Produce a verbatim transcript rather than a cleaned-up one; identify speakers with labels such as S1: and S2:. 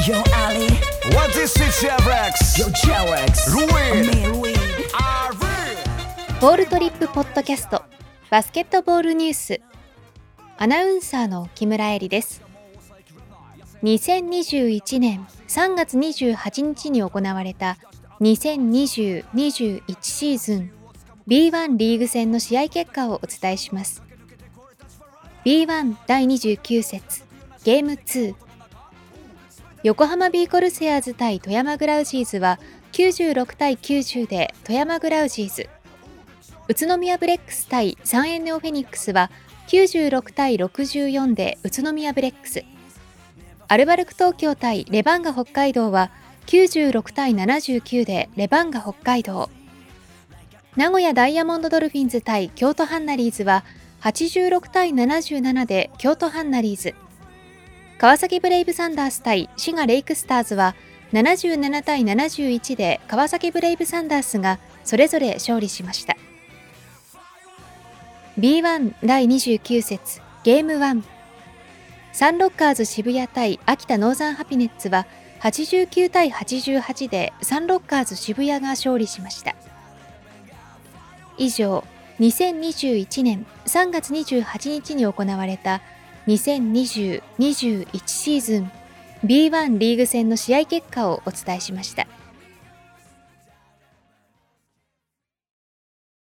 S1: Yo Ali
S2: What is it, J-Rex?
S1: Yo J-Rex
S2: Ruin
S1: Me Ruin
S3: ボールトリップポッドキャストバスケットボールニュース、アナウンサーの木村恵里です。にせんにじゅういちねんさんがつにじゅうはちにちに行われたにせんにじゅう にじゅういちシーズン ビーワン リーグ戦の試合結果をお伝えします。 ビーワン だいにじゅうきゅう節ゲームツー、横浜ビーコルセアーズ対富山グラウジーズはきゅうじゅうろくたいきゅうじゅうで富山グラウジーズ、宇都宮ブレックス対サンエンネオフェニックスはきゅうじゅうろくたいろくじゅうよんで宇都宮ブレックス、アルバルク東京対レバンガ北海道はきゅうじゅうろくたいななじゅうきゅうでレバンガ北海道、名古屋ダイヤモンドドルフィンズ対京都ハンナリーズははちじゅうろくたいななじゅうななで京都ハンナリーズ、川崎ブレイブサンダース対滋賀レイクスターズはななじゅうななたいななじゅういちで川崎ブレイブサンダースがそれぞれ勝利しました。ビーワン だいにじゅうきゅう節ゲームワン、サンロッカーズ渋谷対秋田ノーザンハピネッツははちじゅうきゅうたいはちじゅうはちでサンロッカーズ渋谷が勝利しました。以上、にせんにじゅういちねんさんがつにじゅうはちにちに行われたにせんにじゅう にじゅういちシーズン ビーワン リーグ戦の試合結果をお伝えしました。